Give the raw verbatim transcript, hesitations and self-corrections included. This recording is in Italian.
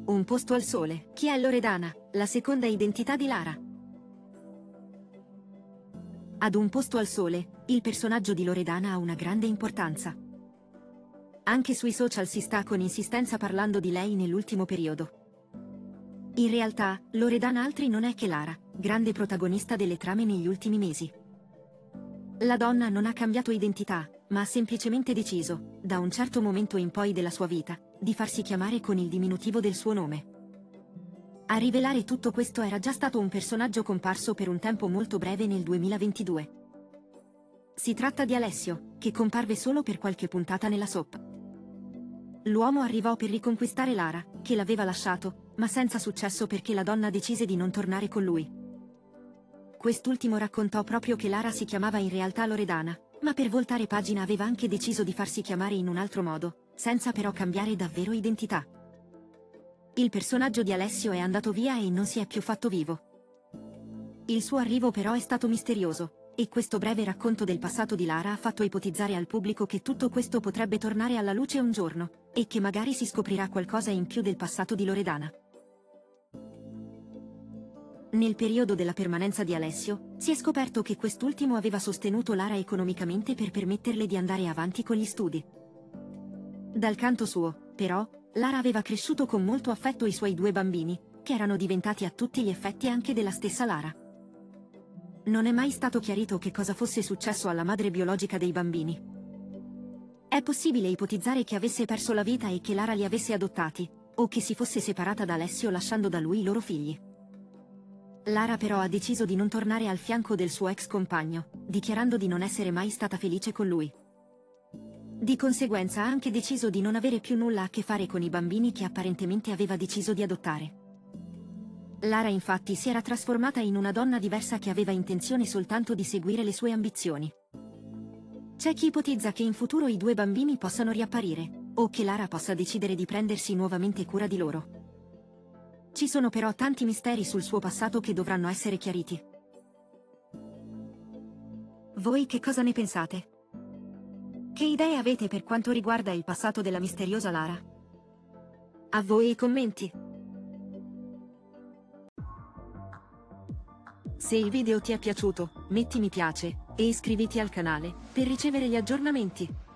Un posto al sole. Chi è Loredana, la seconda identità di Lara? Ad Un posto al sole, il personaggio di Loredana ha una grande importanza. Anche sui social si sta con insistenza parlando di lei nell'ultimo periodo. In realtà, Loredana altri non è che Lara, grande protagonista delle trame negli ultimi mesi. La donna non ha cambiato identità, ma ha semplicemente deciso, da un certo momento in poi della sua vita, di farsi chiamare con il diminutivo del suo nome. A rivelare tutto questo era già stato un personaggio comparso per un tempo molto breve nel duemilaventidue. Si tratta di Alessio, che comparve solo per qualche puntata nella soap. L'uomo arrivò per riconquistare Lara, che l'aveva lasciato, ma senza successo perché la donna decise di non tornare con lui. Quest'ultimo raccontò proprio che Lara si chiamava in realtà Loredana, ma per voltare pagina aveva anche deciso di farsi chiamare in un altro modo, senza però cambiare davvero identità. Il personaggio di Alessio è andato via e non si è più fatto vivo. Il suo arrivo però è stato misterioso, e questo breve racconto del passato di Lara ha fatto ipotizzare al pubblico che tutto questo potrebbe tornare alla luce un giorno, e che magari si scoprirà qualcosa in più del passato di Loredana. Nel periodo della permanenza di Alessio, si è scoperto che quest'ultimo aveva sostenuto Lara economicamente per permetterle di andare avanti con gli studi. Dal canto suo, però, Lara aveva cresciuto con molto affetto i suoi due bambini, che erano diventati a tutti gli effetti anche della stessa Lara. Non è mai stato chiarito che cosa fosse successo alla madre biologica dei bambini. È possibile ipotizzare che avesse perso la vita e che Lara li avesse adottati, o che si fosse separata da Alessio lasciando da lui i loro figli. Lara però ha deciso di non tornare al fianco del suo ex compagno, dichiarando di non essere mai stata felice con lui. Di conseguenza ha anche deciso di non avere più nulla a che fare con i bambini che apparentemente aveva deciso di adottare. Lara infatti si era trasformata in una donna diversa che aveva intenzione soltanto di seguire le sue ambizioni. C'è chi ipotizza che in futuro i due bambini possano riapparire, o che Lara possa decidere di prendersi nuovamente cura di loro. Ci sono però tanti misteri sul suo passato che dovranno essere chiariti. Voi che cosa ne pensate? Che idee avete per quanto riguarda il passato della misteriosa Lara? A voi i commenti! Se il video ti è piaciuto, metti mi piace, e iscriviti al canale, per ricevere gli aggiornamenti.